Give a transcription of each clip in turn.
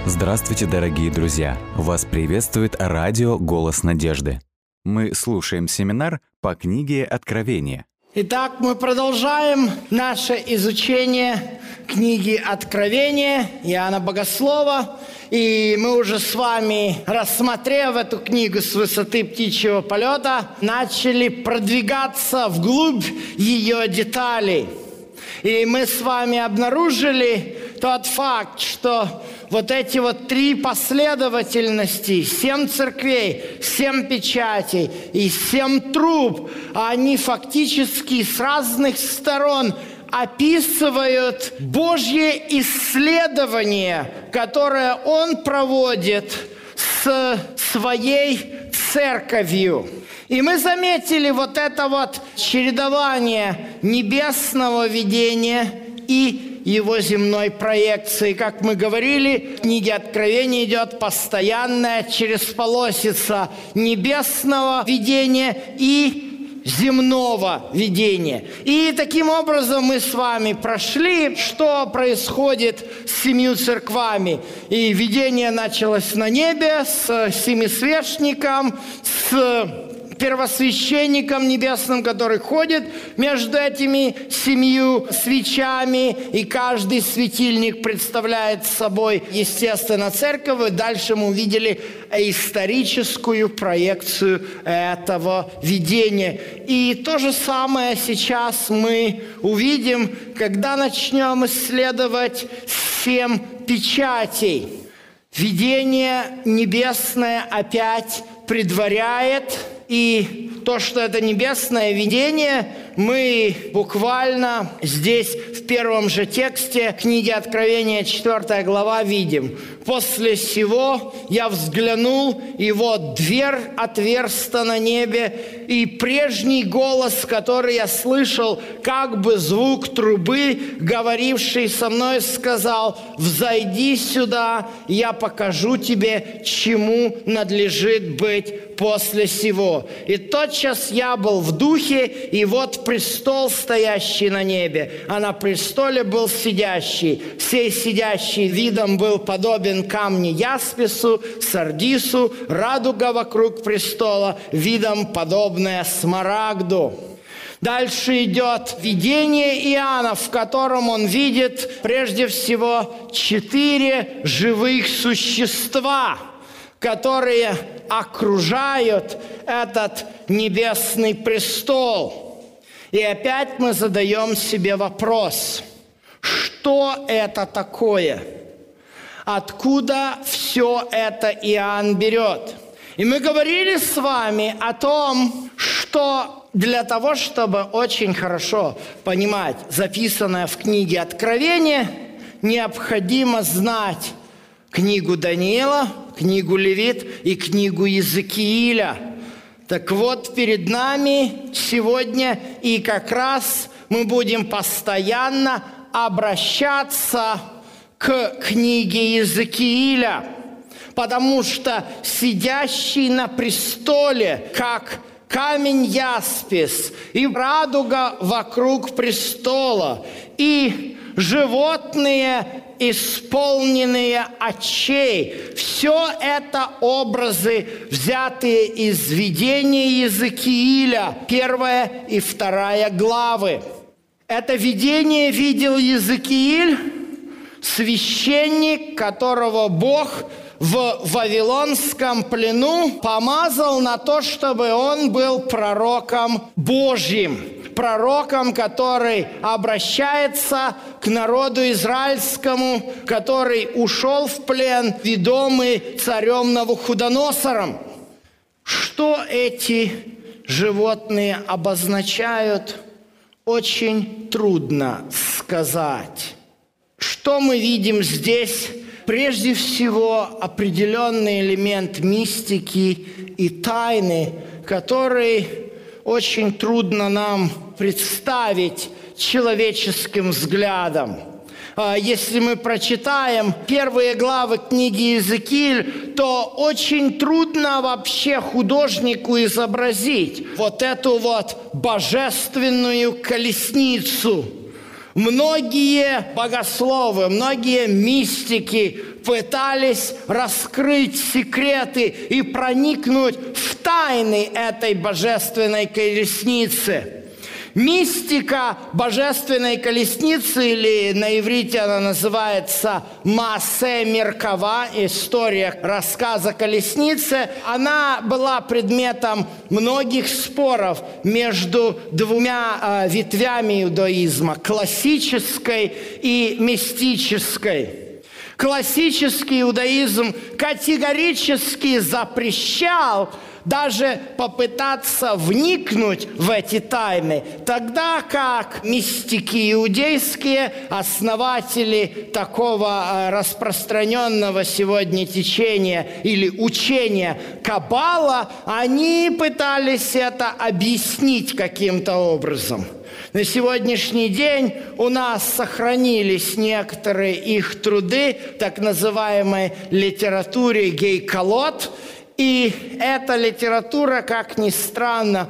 Здравствуйте, дорогие друзья! Вас приветствует радио «Голос надежды». Мы слушаем семинар по книге Откровения. Итак, мы продолжаем наше изучение книги Откровения Иоанна Богослова. И мы уже с вами, рассмотрев эту книгу с высоты птичьего полета, начали продвигаться вглубь ее деталей. И мы с вами обнаружили тот факт, что вот эти вот три последовательности, 7 церквей, 7 печатей и 7 труб, они фактически с разных сторон описывают Божье исследование, которое Он проводит с своей церковью. И мы заметили вот это вот чередование небесного видения и его земной проекции. Как мы говорили, в книге Откровения идет постоянная чересполосица небесного видения и земного видения. И таким образом мы с вами прошли, что происходит с 7 церквами. И видение началось на небе с семисвечником, с первосвященником небесным, который ходит между этими 7 свечами, и каждый светильник представляет собой, естественно, церковь. И дальше мы увидели историческую проекцию этого видения. И то же самое сейчас мы увидим, когда начнем исследовать 7 печатей. Видение небесное опять предваряет. И то, что это небесное видение, мы буквально здесь в первом же тексте книги Откровения, 4 глава, видим. «После сего я взглянул, и вот дверь отверста на небе, и прежний голос, который я слышал, как бы звук трубы, говоривший со мной, сказал: взойди сюда, я покажу тебе, чему надлежит быть после сего. И тотчас я был в духе, и вот престол, стоящий на небе, а на престоле был сидящий. Сей сидящий видом был подобен камню яспису, сардису, радуга вокруг престола, видом подобная смарагду». Дальше идет видение Иоанна, в котором он видит прежде всего 4 живых существа, которые окружают этот небесный престол. И опять мы задаем себе вопрос: что это такое? Откуда все это Иоанн берет? И мы говорили с вами о том, что для того, чтобы очень хорошо понимать записанное в книге Откровения, необходимо знать книгу Даниила, книгу Левит и книгу Иезекииля. Так вот, перед нами сегодня и как раз мы будем постоянно обращаться к книге Иезекииля, потому что сидящий на престоле, как камень яспис, и радуга вокруг престола, и животные, исполненные очей. Все это образы, взятые из видения Иезекииля, 1 и 2 главы. Это видение видел Иезекииль, священник, которого Бог в Вавилонском плену помазал на то, чтобы он был пророком Божьим. Пророком, который обращается к народу израильскому, который ушел в плен, ведомый царем Навуходоносором. Что эти животные обозначают, очень трудно сказать. Что мы видим здесь? Прежде всего, определенный элемент мистики и тайны, который очень трудно нам представить человеческим взглядом. Если мы прочитаем первые главы книги Иезекииль, то очень трудно вообще художнику изобразить вот эту вот божественную колесницу, Многие богословы, многие мистики пытались раскрыть секреты и проникнуть в тайны этой божественной колесницы. Мистика божественной колесницы, или на иврите она называется «Маасе Меркава», история рассказа колесницы, она была предметом многих споров между двумя ветвями иудаизма – классической и мистической. Классический иудаизм категорически запрещал даже попытаться вникнуть в эти тайны, тогда как мистики иудейские, основатели такого распространенного сегодня течения или учения Каббала, они пытались это объяснить каким-то образом. На сегодняшний день у нас сохранились некоторые их труды, так называемой литературе гейкалот. И эта литература, как ни странно,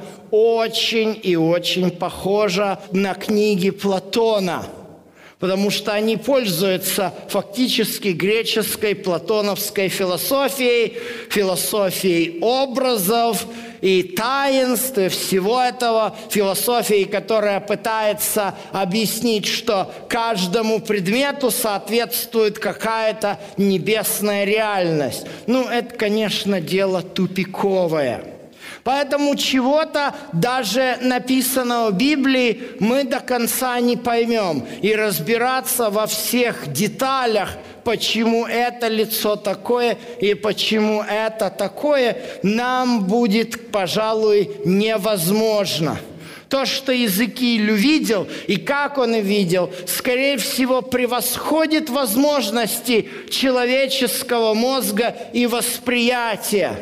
очень и очень похожа на книги Платона, потому что они пользуются фактически греческой платоновской философией, философией образов и таинств, и всего этого, философией, которая пытается объяснить, что каждому предмету соответствует какая-то небесная реальность. Это, конечно, дело тупиковое. Поэтому чего-то, даже написанного в Библии, мы до конца не поймем. И разбираться во всех деталях, почему это лицо такое и почему это такое, нам будет, пожалуй, невозможно. То, что Иезекииль увидел и как он увидел, скорее всего, превосходит возможности человеческого мозга и восприятия.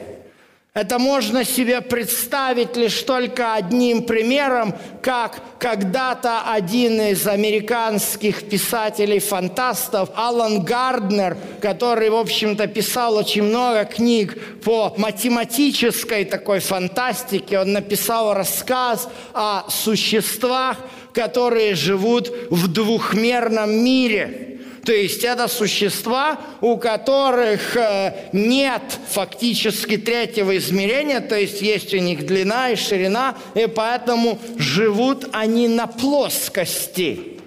Это можно себе представить лишь только одним примером, как когда-то один из американских писателей-фантастов, Алан Гарднер, который, в общем-то, писал очень много книг по математической такой фантастике, он написал рассказ о существах, которые живут в двухмерном мире. То есть это существа, у которых нет фактически третьего измерения, то есть есть у них длина и ширина, и поэтому живут они на плоскости.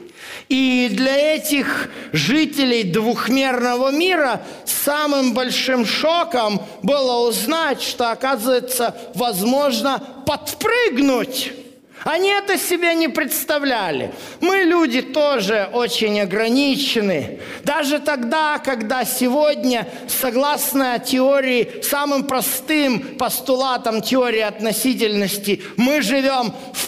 И для этих жителей двухмерного мира самым большим шоком было узнать, что, оказывается, возможно подпрыгнуть. Они это себе не представляли. Мы, люди, тоже очень ограничены. Даже тогда, когда сегодня, согласно теории, самым простым постулатам теории относительности, мы живем в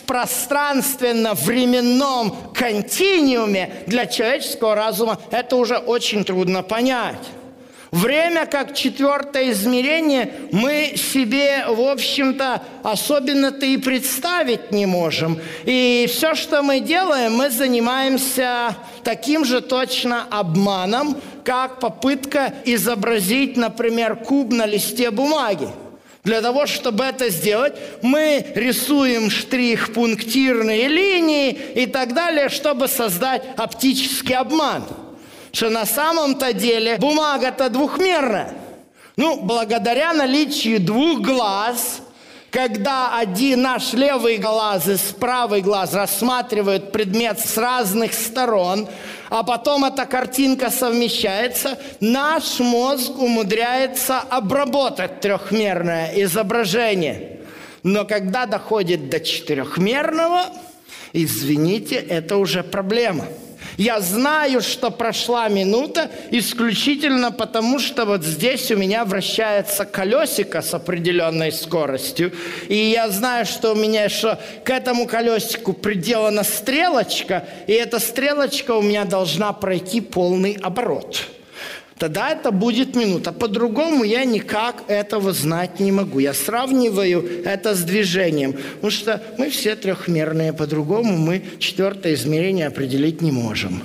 пространственно-временном континууме, для человеческого разума это уже очень трудно понять. Время как четвертое измерение мы себе, в общем-то, особенно-то и представить не можем. И все, что мы делаем, мы занимаемся таким же точно обманом, как попытка изобразить, например, куб на листе бумаги. Для того, чтобы это сделать, мы рисуем штрих-пунктирные линии и так далее, чтобы создать оптический обман. Что на самом-то деле бумага-то двухмерная. Благодаря наличию двух глаз, когда один наш левый глаз и правый глаз рассматривают предмет с разных сторон, а потом эта картинка совмещается, наш мозг умудряется обработать трехмерное изображение. Но когда доходит до четырехмерного, извините, это уже проблема. Я знаю, что прошла минута исключительно потому, что вот здесь у меня вращается колесико с определенной скоростью. И я знаю, что у меня к этому колесику приделана стрелочка, и эта стрелочка у меня должна пройти полный оборот. Тогда это будет минута. По-другому я никак этого знать не могу. Я сравниваю это с движением. Потому что мы все трехмерные. По-другому мы четвертое измерение определить не можем.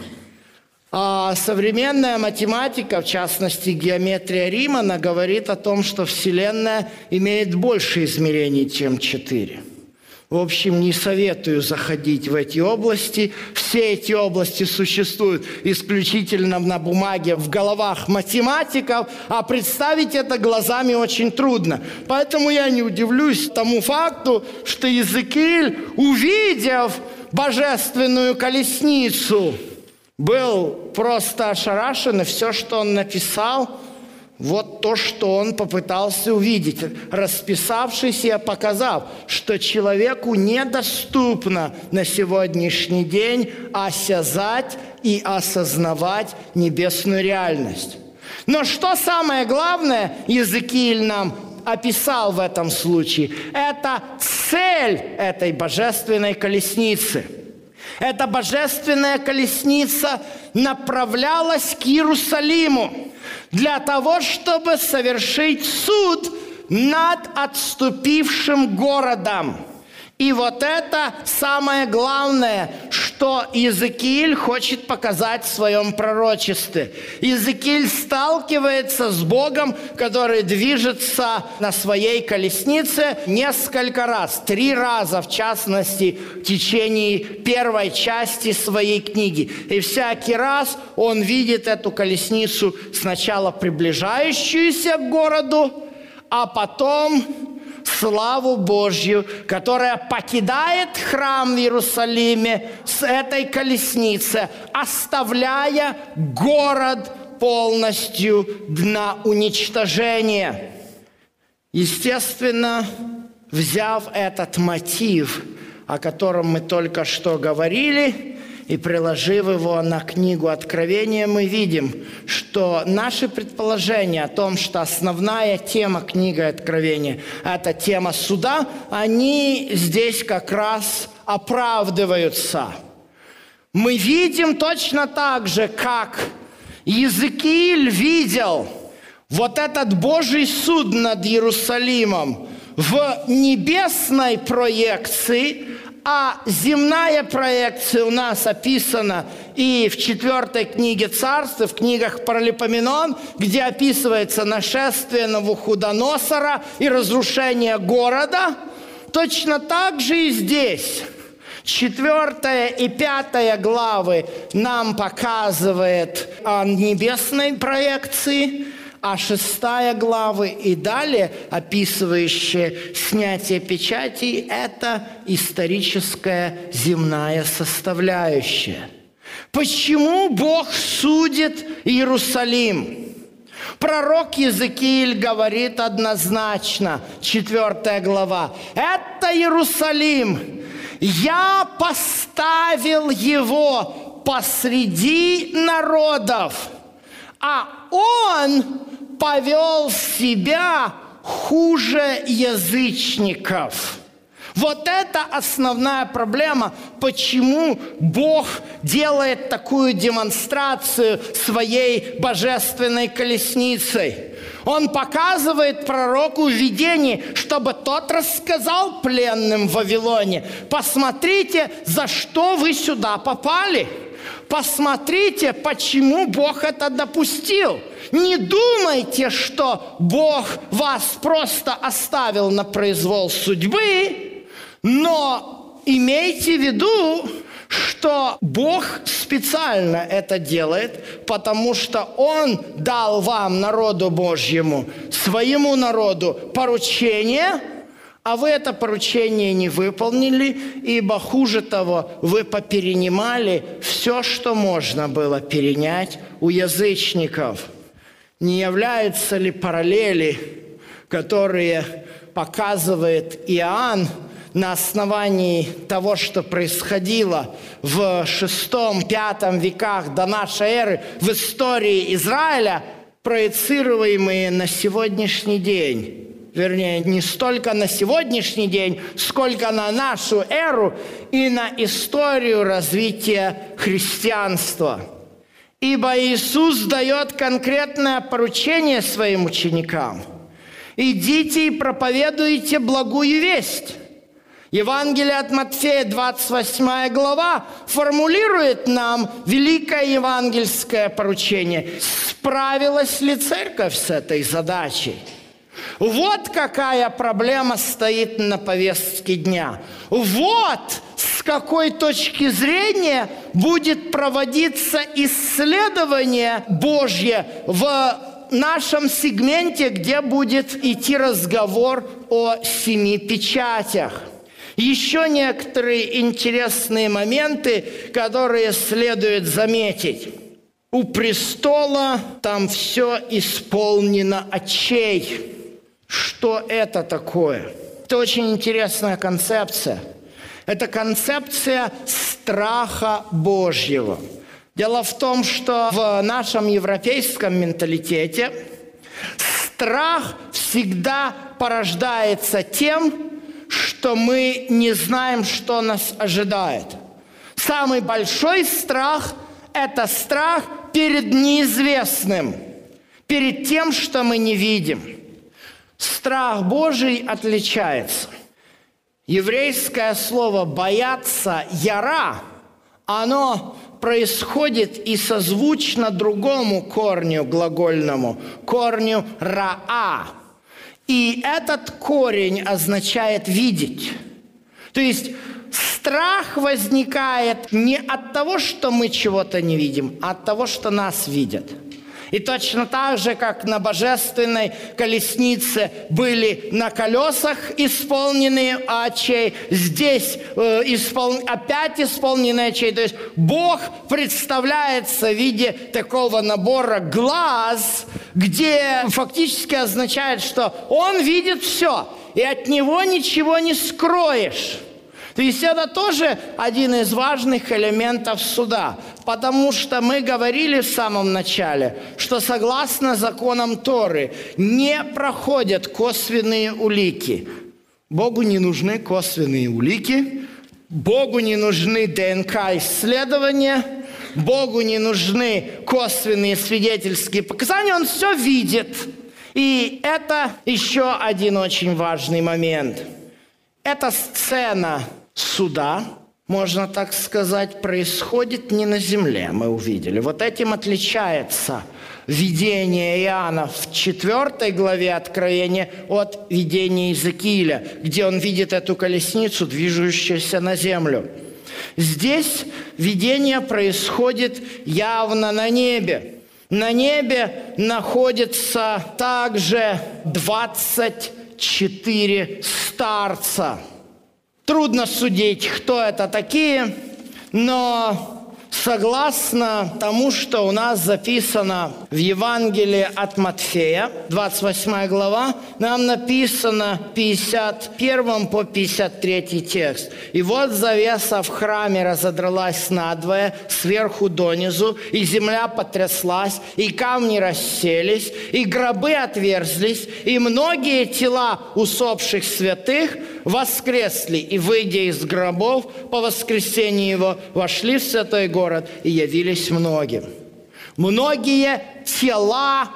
А современная математика, в частности геометрия Римана, говорит о том, что Вселенная имеет больше измерений, чем 4. В общем, не советую заходить в эти области. Все эти области существуют исключительно на бумаге, в головах математиков, а представить это глазами очень трудно. Поэтому я не удивлюсь тому факту, что Иезекииль, увидев божественную колесницу, был просто ошарашен, и все, что он написал, вот то, что он попытался увидеть, расписавшись и показав, что человеку недоступно на сегодняшний день осязать и осознавать небесную реальность. Но что самое главное, Иезекииль нам описал в этом случае, это цель этой божественной колесницы. Эта божественная колесница направлялась к Иерусалиму для того, чтобы совершить суд над отступившим городом. И вот это самое главное, что Иезекииль хочет показать в своем пророчестве. Иезекииль сталкивается с Богом, который движется на своей колеснице несколько раз, 3 раза, в частности, в течение первой части своей книги. И всякий раз он видит эту колесницу сначала приближающуюся к городу, а потом славу Божью, которая покидает храм в Иерусалиме с этой колесницы, оставляя город полностью на уничтожение. Естественно, взяв этот мотив, о котором мы только что говорили, и приложив его на книгу Откровения, мы видим, что наши предположения о том, что основная тема книги Откровения – это тема суда, они здесь как раз оправдываются. Мы видим точно так же, как Иезекииль видел вот этот Божий суд над Иерусалимом в небесной проекции, а земная проекция у нас описана и в 4 книге Царств, в книгах Паралипоменон, где описывается нашествие Навуходоносора и разрушение города. Точно так же и здесь. 4 и 5 главы нам показывает о небесной проекции, а 6 главы и далее, описывающие снятие печатей, это историческая земная составляющая. Почему Бог судит Иерусалим? Пророк Иезекииль говорит однозначно, 4 глава, «Это Иерусалим, я поставил его посреди народов, а он повел себя хуже язычников». Вот это основная проблема, почему Бог делает такую демонстрацию своей божественной колесницей. Он показывает пророку видение, чтобы тот рассказал пленным в Вавилоне: посмотрите, за что вы сюда попали. Посмотрите, почему Бог это допустил. Не думайте, что Бог вас просто оставил на произвол судьбы, но имейте в виду, что Бог специально это делает, потому что Он дал вам, народу Божьему, своему народу, поручение, а вы это поручение не выполнили, ибо хуже того, вы поперенимали все, что можно было перенять у язычников. Не являются ли параллели, которые показывает Иоанн, на основании того, что происходило в VI-V веках до нашей эры в истории Израиля, проецируемые на сегодняшний день? Вернее, не столько на сегодняшний день, сколько на нашу эру и на историю развития христианства. Ибо Иисус дает конкретное поручение своим ученикам: «Идите и проповедуйте благую весть». Евангелие от Матфея, 28 глава, формулирует нам великое евангельское поручение. Справилась ли церковь с этой задачей? Вот какая проблема стоит на повестке дня. Вот с какой точки зрения будет проводиться исследование Божье в нашем сегменте, где будет идти разговор о 7 печатях. Еще некоторые интересные моменты, которые следует заметить. У престола там все исполнено очей. Что это такое? Это очень интересная концепция. Это концепция страха Божьего. Дело в том, что в нашем европейском менталитете страх всегда порождается тем, что мы не знаем, что нас ожидает. Самый большой страх – это страх перед неизвестным, перед тем, что мы не видим. Страх Божий отличается. Еврейское слово «бояться» – «яра», оно происходит и созвучно другому корню глагольному, корню «раа». И этот корень означает «видеть». То есть страх возникает не от того, что мы чего-то не видим, а от того, что нас видят. И точно так же, как на божественной колеснице были на колесах исполненные очей, здесь опять исполненные очей. То есть Бог представляется в виде такого набора глаз, где фактически означает, что Он видит все, и от Него ничего не скроешь. То есть это тоже один из важных элементов суда, потому что мы говорили в самом начале, что согласно законам Торы не проходят косвенные улики. Богу не нужны косвенные улики, Богу не нужны ДНК-исследования, Богу не нужны косвенные свидетельские показания, Он все видит. И это еще один очень важный момент. Эта сцена суда, можно так сказать, происходит не на земле, мы увидели. Вот этим отличается видение Иоанна в 4 главе Откровения от видения Иезекииля, где он видит эту колесницу, движущуюся на землю. Здесь видение происходит явно на небе. На небе находится также 24 старца. Трудно судить, кто это такие, но согласно тому, что у нас записано в Евангелии от Матфея, 28 глава, нам написано 51 по 53 текст. «И вот завеса в храме разодралась надвое, сверху донизу, и земля потряслась, и камни расселись, и гробы отверзлись, и многие тела усопших святых воскресли, и, выйдя из гробов по воскресении его, вошли в святой город и явились многим». Многие тела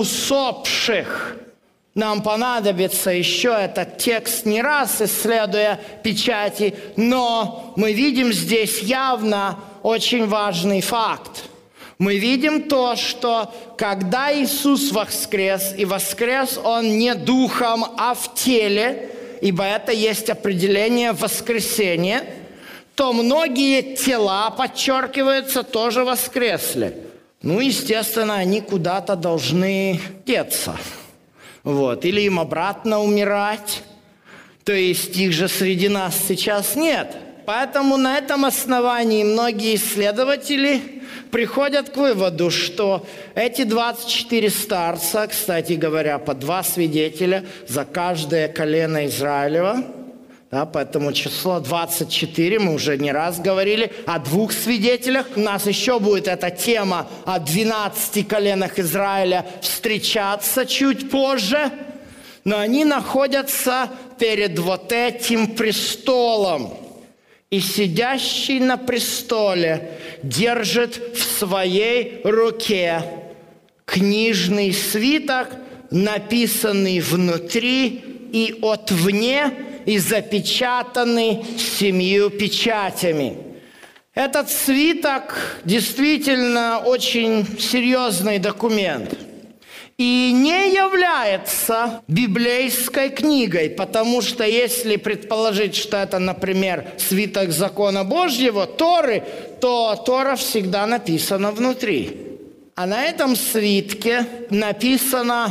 усопших. Нам понадобится еще этот текст не раз, исследуя печати, но мы видим здесь явно очень важный факт. Мы видим то, что когда Иисус воскрес, и воскрес Он не духом, а в теле, ибо это есть определение воскресения, то многие тела, подчеркивается, тоже воскресли. Ну, естественно, они куда-то должны деться. Или им обратно умирать. То есть их же среди нас сейчас нет. Поэтому на этом основании многие исследователи приходят к выводу, что эти 24 старца, кстати говоря, по 2 свидетеля за каждое колено Израилева, поэтому число 24, мы уже не раз говорили о 2 свидетелях. У нас еще будет эта тема о 12 коленах Израиля встречаться чуть позже. Но они находятся перед вот этим престолом. И сидящий на престоле держит в своей руке книжный свиток, написанный внутри и отвне, и запечатанный 7 печатями. Этот свиток действительно очень серьезный документ. и не является библейской книгой, потому что если предположить, что это, например, свиток закона Божьего, Торы, то Тора всегда написана внутри. А на этом свитке написано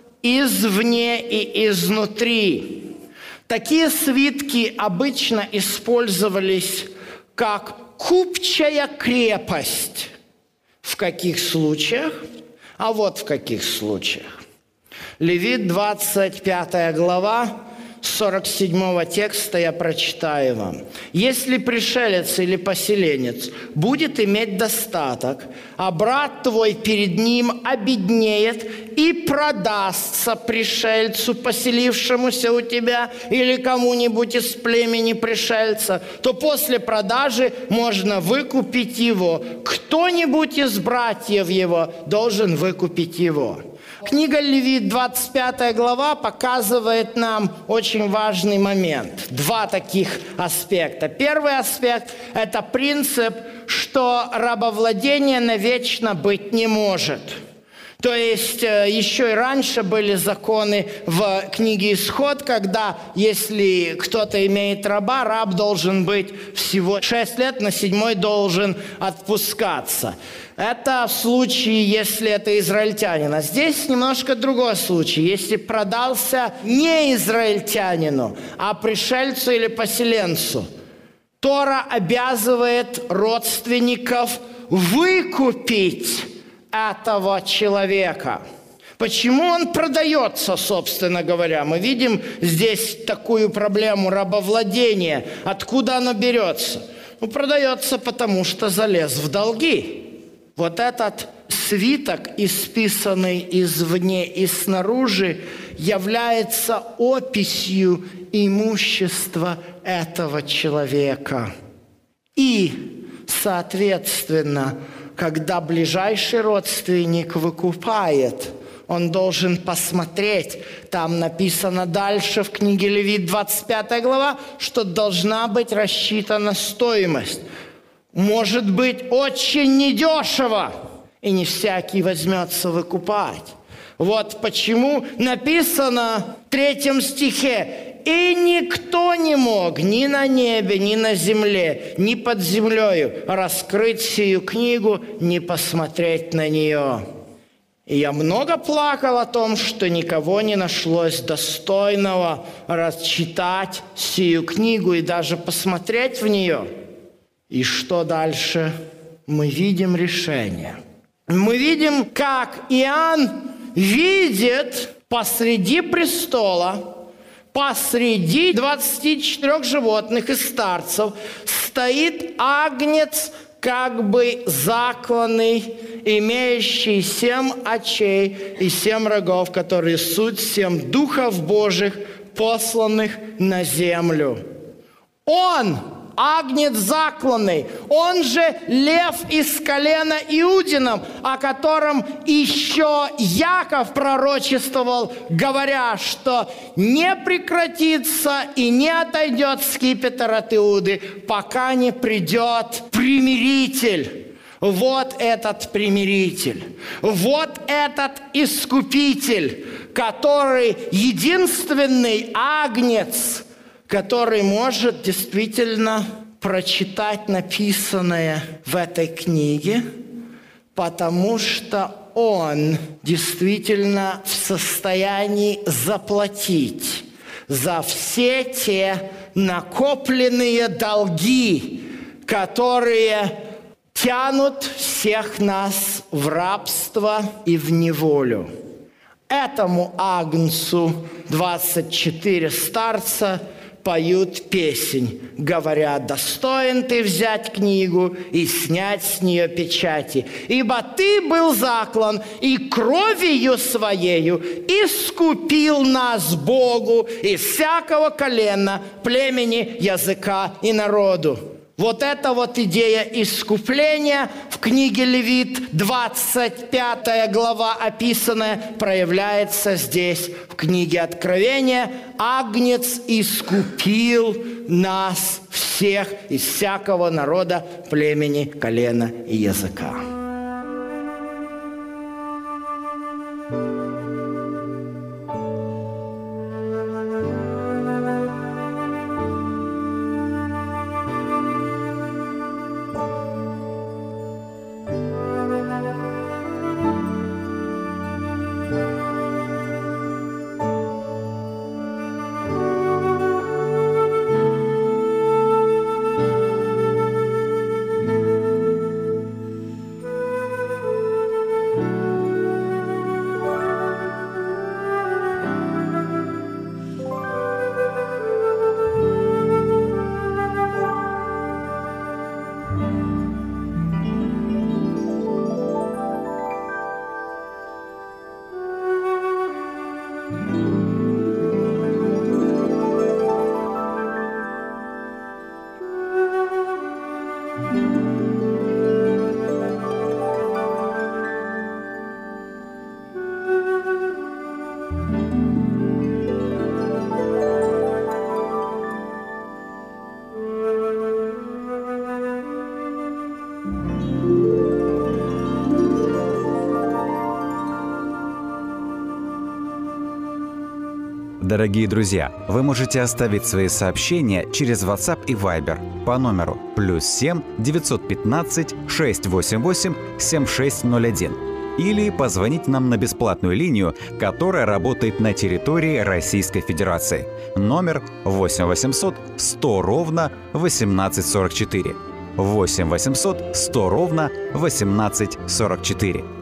извне и изнутри. Такие свитки обычно использовались как купчая крепость. В каких случаях? А вот в каких случаях. Левит, 25 глава, 47 текста я прочитаю вам. «Если пришелец или поселенец будет иметь достаток, а брат твой перед ним обеднеет и продастся пришельцу, поселившемуся у тебя, или кому-нибудь из племени пришельца, то после продажи можно выкупить его. Кто-нибудь из братьев его должен выкупить его». Книга Левит, 25 глава, показывает нам очень важный момент. Два таких аспекта. Первый аспект – это принцип, что рабовладение навечно быть не может. То есть еще и раньше были законы в книге «Исход», когда если кто-то имеет раба, раб должен быть всего 6 лет, на 7-й должен отпускаться. Это в случае, если это израильтянин. А здесь немножко другой случай. Если продался не израильтянину, а пришельцу или поселенцу, Тора обязывает родственников выкупить этого человека. Почему он продается, собственно говоря? Мы видим здесь такую проблему рабовладения. Откуда оно берется? Продается, потому что залез в долги. Вот этот свиток, исписанный извне и снаружи, является описью имущества этого человека. И, соответственно, когда ближайший родственник выкупает, он должен посмотреть. Там написано дальше в книге Левит, 25 глава, что должна быть рассчитана стоимость. Может быть очень недешево, и не всякий возьмется выкупать. Вот почему написано в 3 стихе: «И никто не мог ни на небе, ни на земле, ни под землею раскрыть сию книгу, ни посмотреть на нее». И я много плакал о том, что никого не нашлось достойного расчитать сию книгу и даже посмотреть в нее. И что дальше? Мы видим решение. Мы видим, как Иоанн видит посреди престола, посреди 24 животных и старцев стоит агнец, как бы закланный, имеющий 7 очей и 7 рогов, которые суть 7 духов Божьих, посланных на землю. Он агнец закланный, он же лев из колена Иудином, о котором еще Яков пророчествовал, говоря, что не прекратится и не отойдет скипетр от Иуды, пока не придет примиритель. Вот этот примиритель, вот этот искупитель, который единственный агнец, который может действительно прочитать написанное в этой книге, потому что он действительно в состоянии заплатить за все те накопленные долги, которые тянут всех нас в рабство и в неволю. Этому агнцу 24 старца поют песнь, говоря: «Достоин ты взять книгу и снять с нее печати, ибо ты был заклан и кровью своею искупил нас Богу из всякого колена, племени, языка и народу». Вот эта вот идея искупления в книге Левит, 25 глава описанная, проявляется здесь, в книге Откровения. Агнец искупил нас всех из всякого народа, племени, колена и языка. Дорогие друзья, вы можете оставить свои сообщения через WhatsApp и Viber по номеру +7 915 688 7601 или позвонить нам на бесплатную линию, которая работает на территории Российской Федерации. Номер 8 800 100 ровно 1844. 8 800 100 ровно 1844.